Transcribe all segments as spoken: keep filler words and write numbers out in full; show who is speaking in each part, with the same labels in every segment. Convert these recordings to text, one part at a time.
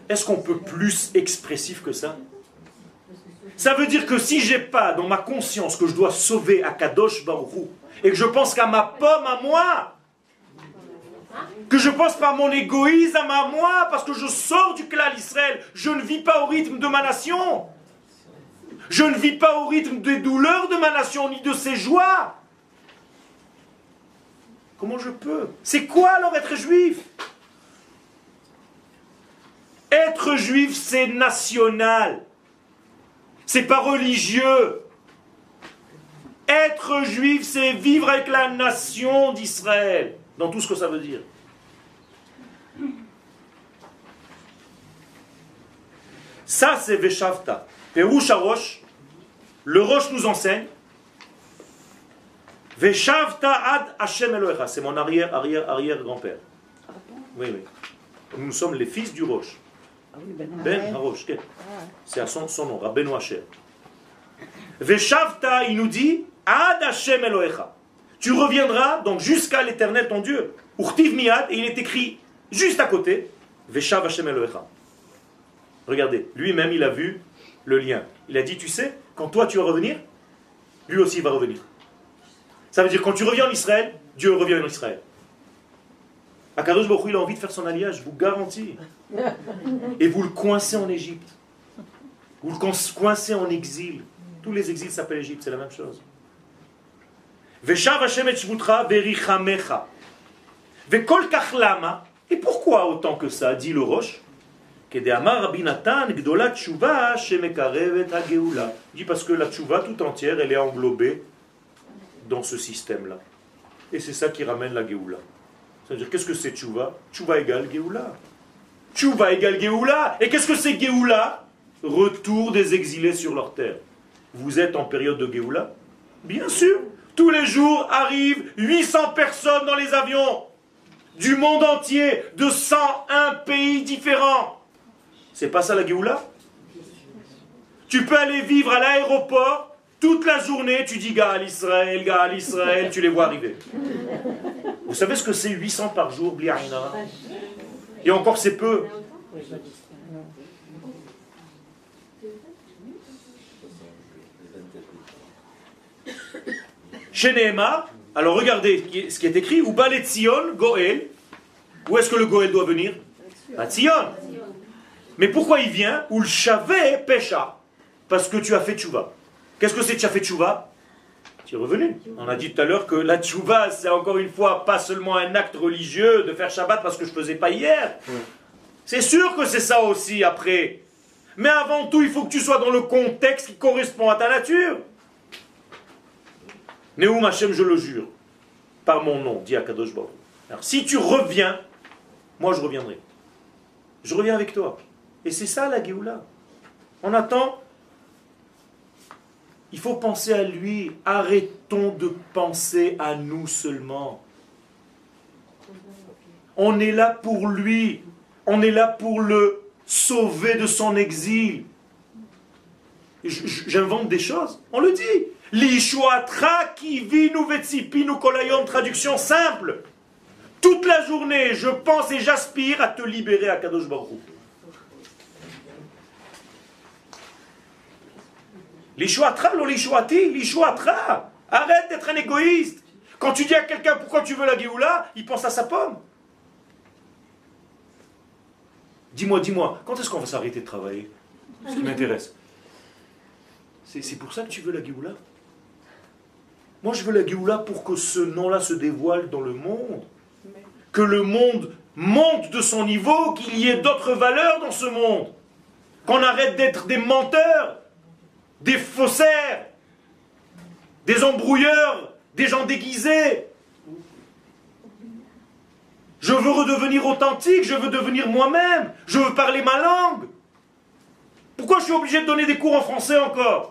Speaker 1: Est-ce qu'on peut plus expressif que ça? Ça veut dire que si j'ai pas dans ma conscience que je dois sauver Akadosh Baruch Hu, et que je pense qu'à ma pomme à moi, que je pense par mon égoïsme à moi, parce que je sors du clan Israël, je ne vis pas au rythme de ma nation. Je ne vis pas au rythme des douleurs de ma nation, ni de ses joies. Comment je peux? C'est quoi alors être juif? Être juif, c'est national. C'est pas religieux. Être juif, c'est vivre avec la nation d'Israël, dans tout ce que ça veut dire. Ça, c'est Veshavta. Perouche à Roche, le Roche nous enseigne. Veshavta ad Hashem Elohecha. C'est mon arrière, arrière, arrière grand-père. Oui, oui. Nous sommes les fils du Roche. Ben Harosh, c'est à son, son nom, Rabbeinu Asher. Veshavta, il nous dit, ad Hashem Elohecha. Tu reviendras donc jusqu'à l'Éternel ton Dieu. Urtiv miad, et il est écrit juste à côté, Veshav Hashem Elohecha. Regardez, lui-même il a vu le lien. Il a dit, tu sais, quand toi tu vas revenir, lui aussi va revenir. Ça veut dire quand tu reviens en Israël, Dieu revient en Israël. Akadosh Baruch Hu, il a envie de faire son alliage, je vous garantis. Et vous le coincez en Égypte. Vous le coincez en exil. Tous les exils s'appellent Égypte, c'est la même chose. Veshav Hashem et Shvutra verichamecha. Vekol kach lama. Et pourquoi autant que ça, dit le Roche? Il dit parce que la tchouva tout entière, elle est englobée dans ce système-là. Et c'est ça qui ramène la Géoula. C'est-à-dire, qu'est-ce que c'est tchouva? Tchouva égale Géoula. Tchouva égale Géoula. Et qu'est-ce que c'est Géoula? Retour des exilés sur leur terre. Vous êtes en période de Géoula? Bien sûr. Tous les jours arrivent huit cents personnes dans les avions du monde entier, de cent un pays différents. C'est pas ça la Géoula? Tu peux aller vivre à l'aéroport toute la journée, tu dis Gaal Israël, Gaal Israël, tu les vois arriver. Vous savez ce que c'est huit cents par jour, Bliaïna? Et encore c'est peu. Chez Nehemar, alors regardez ce qui est écrit, Uba le Tzion, Goël. Où est-ce que le Goël doit venir? À Tzion. Mais pourquoi il vient? Ou le chavé pécha? Parce que tu as fait tchouva. Qu'est-ce que c'est tu as fait tchouva? Tu es revenu. On a dit tout à l'heure que la tchouva, c'est encore une fois pas seulement un acte religieux de faire Shabbat parce que je ne faisais pas hier. Ouais. C'est sûr que c'est ça aussi après. Mais avant tout, il faut que tu sois dans le contexte qui correspond à ta nature. Neum Hashem, je le jure, par mon nom, dit Akadosh Baruch Hu. Alors si tu reviens, moi je reviendrai. Je reviens avec toi. Et c'est ça la Géoula. On attend. Il faut penser à lui. Arrêtons de penser à nous seulement. On est là pour lui. On est là pour le sauver de son exil. J'invente des choses. On le dit. L'ishuatra kivinu vetsipinu kolayom. Traduction simple. Toute la journée, je pense et j'aspire à te libérer à Kadosh Baruch Hu. L'ishuatra, non l'ishuati, l'ishuatra. Arrête d'être un égoïste. Quand tu dis à quelqu'un pourquoi tu veux la Géoula, il pense à sa pomme. Dis-moi, dis-moi, quand est-ce qu'on va s'arrêter de travailler? Ce qui m'intéresse. C'est pour ça que tu veux la Géoula? Moi je veux la Géoula pour que ce nom-là se dévoile dans le monde. Que le monde monte de son niveau, qu'il y ait d'autres valeurs dans ce monde. Qu'on arrête d'être des menteurs, des faussaires, des embrouilleurs, des gens déguisés. Je veux redevenir authentique, je veux devenir moi-même, je veux parler ma langue. Pourquoi je suis obligé de donner des cours en français encore?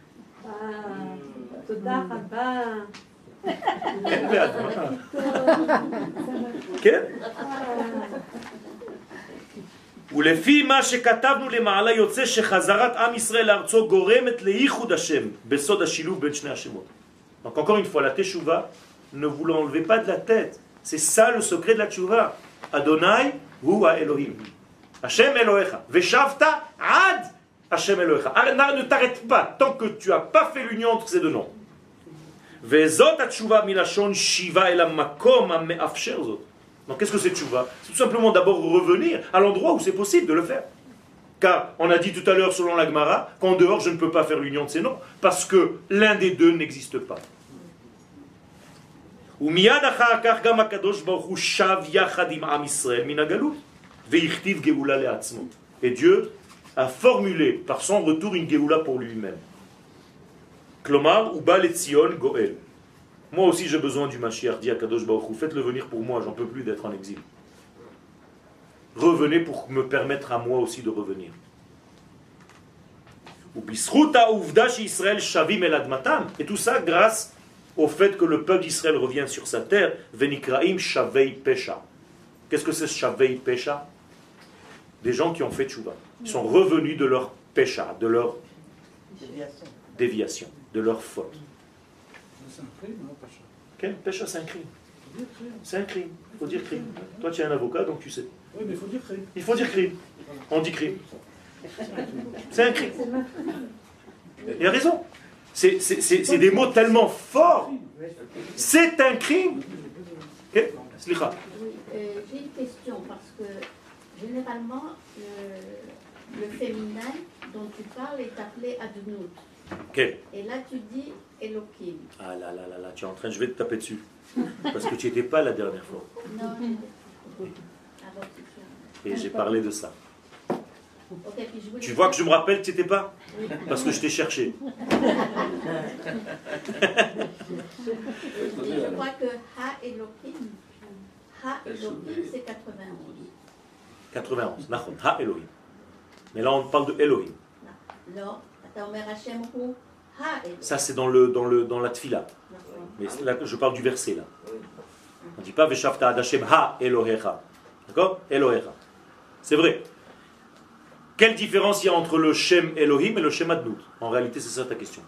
Speaker 1: ולפי מה שכתבנו למעלה יוצא שחזרת עם ישראל לארצו גורמת לייחוד השם בסוד השילוב בין שני השמות. Donc encore une fois, la teshuva, ne vous l'enlevez pas de la tête. C'est ça le secret de la teshuva. Adonai hu Elohim. Hashem Elohecha. Veshavta ad Hashem Elohecha. Ne t'arrête pas tant que tu n'as pas fait l'union entre ces deux noms. Vezot atshuva milashon shiva el makom ameafsher zot. Donc qu'est-ce que c'est tshuva? C'est tout simplement d'abord revenir à l'endroit où c'est possible de le faire. Car on a dit tout à l'heure selon la Gemara qu'en dehors je ne peux pas faire l'union de ces noms parce que l'un des deux n'existe pas. ומייד אחר כך גם הקדוש ברוך הוא שב יחד עם עם ישראל מן הגלות והכתיב גאולה לעצמו. Et Dieu a formulé par son retour une Géoula pour lui-même. Klomar ou Bal et Tzion Goël. Moi aussi j'ai besoin du Mashiach, dit Akadosh Baruch Hu. Faites-le venir pour moi, j'en peux plus d'être en exil. Revenez pour me permettre à moi aussi de revenir. Ou Bisruta Uvda shi Israël Shavim el Admatam. Et tout ça grâce au fait que le peuple d'Israël revient sur sa terre. Venikraim Shavei Pesha. Qu'est-ce que c'est Shavei Pesha? Des gens qui ont fait tchouva. Ils sont revenus de leur Pesha, de leur déviation, de leur faute.
Speaker 2: C'est un crime, non, Pacha?
Speaker 1: Quel Pesha, c'est un crime. C'est un crime. Il faut dire crime. Toi, tu es un avocat, donc tu sais.
Speaker 2: Oui, mais il faut dire crime.
Speaker 1: Il faut dire crime. On dit crime. C'est un crime. Il a raison. C'est, c'est, c'est, c'est des mots tellement forts. C'est un crime. Okay? Slicha.
Speaker 3: Euh, j'ai une question parce que généralement le, le féminin dont tu parles est appelé Adnout.
Speaker 1: Okay.
Speaker 3: Et là tu dis Elohim.
Speaker 1: Ah là là là là, tu es en train, je vais te taper dessus. Parce que tu n'étais pas la dernière fois.
Speaker 3: Non. Alors,
Speaker 1: Et j'ai parlé de ça.
Speaker 3: Okay, puis je
Speaker 1: Tu vois que je me rappelle que tu n'étais pas?
Speaker 3: Oui.
Speaker 1: Parce que je t'ai cherché.
Speaker 3: Je crois que Ha Elohim, Ha Elohim c'est quatre-vingt-onze.
Speaker 1: quatre-vingt-onze, Nachon, Ha Elohim. Mais là on parle de Elohim.
Speaker 3: Non, אתה אומר השם הוא האלוהים.
Speaker 1: Ça c'est dans, le, dans, le, dans la tfila. Mais là je parle du verset là. On ne dit pas Veshavta ad Hashem Ha Elohecha. D'accord? Elohecha. C'est vrai. Quelle différence il y a entre le Shem Elohim et le Shem Adnout? En réalité c'est ça ta question.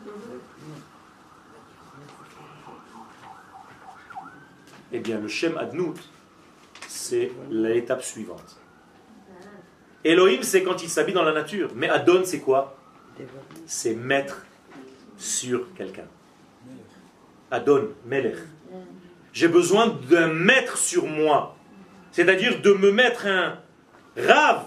Speaker 1: Eh bien le Shem Adnout c'est l'étape suivante. Elohim c'est quand il s'habille dans la nature. Mais Adon c'est quoi? C'est mettre sur quelqu'un. Adon, Melech. J'ai besoin d'un maître sur moi. C'est-à-dire de me mettre un Rav,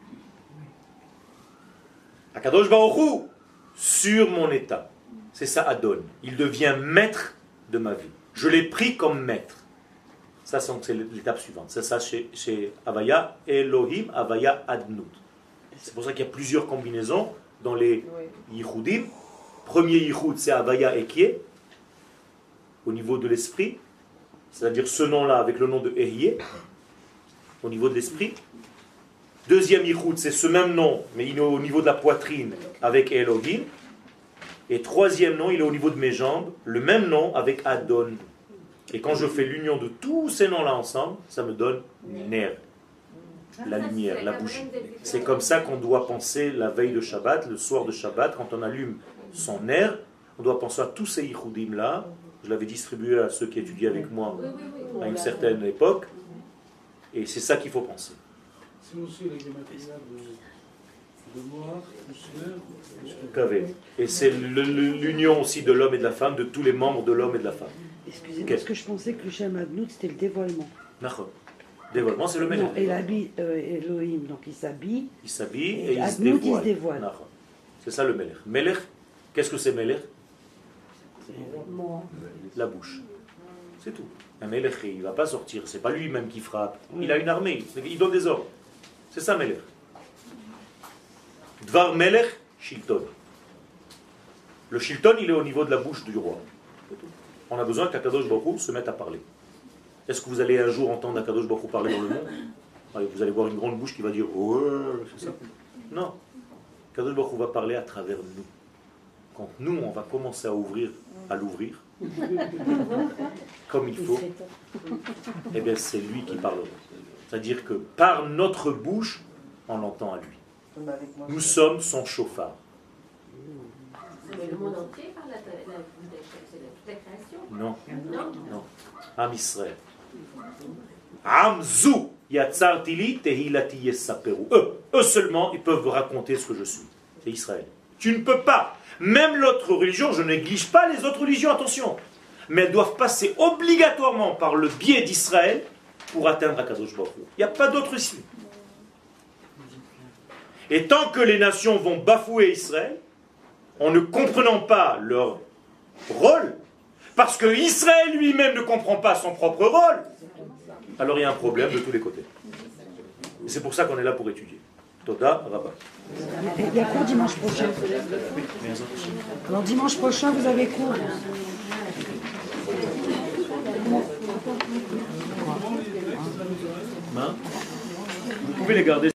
Speaker 1: Akadosh Baruch Hu, sur mon état. C'est ça Adon. Il devient maître de ma vie. Je l'ai pris comme maître. Ça c'est l'étape suivante. C'est ça chez, chez Havaya, Elohim, Havaya Adnout. C'est pour ça qu'il y a plusieurs combinaisons dans les Yichudim. Premier Yichud, c'est Havaya Ekie, au niveau de l'esprit. C'est-à-dire ce nom-là avec le nom de Ehyeh, au niveau de l'esprit. Deuxième Yichud, c'est ce même nom, mais il est au niveau de la poitrine avec Elohim. Et troisième nom, il est au niveau de mes jambes, le même nom avec Adon. Et quand je fais l'union de tous ces noms-là ensemble, ça me donne Ner, la lumière, la bougie. C'est comme ça qu'on doit penser la veille de Shabbat, le soir de Shabbat, quand on allume son Ner, on doit penser à tous ces Yichudim-là. Je l'avais distribué à ceux qui étudiaient avec moi à une certaine époque. Et c'est ça qu'il faut penser.
Speaker 2: C'est aussi les gématria de, de Moar,
Speaker 1: Kavé. Et c'est le- le- l'union aussi de l'homme et de la femme, de tous les membres de l'homme et de la femme.
Speaker 4: Excusez-moi,
Speaker 1: Ok.
Speaker 4: parce que je pensais que le Shem Adnout c'était le dévoilement.
Speaker 1: Nachon. Dévoilement, c'est le même.
Speaker 4: Non, et l'habit euh, Elohim, donc il s'habille.
Speaker 1: Il s'habille et,
Speaker 4: Et
Speaker 1: il se
Speaker 4: Adnout, il se
Speaker 1: dévoile.
Speaker 4: dévoile.
Speaker 1: Nachon. C'est ça le Melech. Melech, qu'est-ce que c'est Melech? La bouche. C'est tout. Un Melech, il ne va pas sortir. C'est pas lui-même qui frappe. Il a une armée. Il donne des ordres. C'est ça Melech. Dvar Melech, Shilton. Le Shilton, il est au niveau de la bouche du roi. C'est tout. On a besoin qu'Akadosh Baruch Hu se mette à parler. Est-ce que vous allez un jour entendre Akadosh Baruch Hu parler dans le monde? Allez, vous allez voir une grande bouche qui va dire ouais, c'est ça. Non. Akadosh Baruch Hu va parler à travers nous. Quand nous, on va commencer à ouvrir, à l'ouvrir, comme il faut, eh bien c'est lui qui parlera. C'est-à-dire que par notre bouche, on l'entend à lui. Nous sommes son chauffard.
Speaker 5: Mais le monde entier parle la, la, la, c'est la, toute la création.
Speaker 1: Non,
Speaker 5: Non.
Speaker 1: non. Am Israël. Am Zou. Yatzartili tehilati yesaperu. Eux, eux seulement, ils peuvent vous raconter ce que je suis. C'est Israël. Tu ne peux pas. Même l'autre religion, je ne néglige pas les autres religions, attention. Mais elles doivent passer obligatoirement par le biais d'Israël pour atteindre Akadosh Baruch Hu. Il n'y a pas d'autre issue. Et tant que les nations vont bafouer Israël, en ne comprenant pas leur rôle, parce que Israël lui-même ne comprend pas son propre rôle, alors il y a un problème de tous les côtés. Et c'est pour ça qu'on est là pour étudier. Toda, Rabbah.
Speaker 4: Il y a cours dimanche prochain. Alors dimanche prochain, vous avez cours.
Speaker 1: Vous pouvez les garder.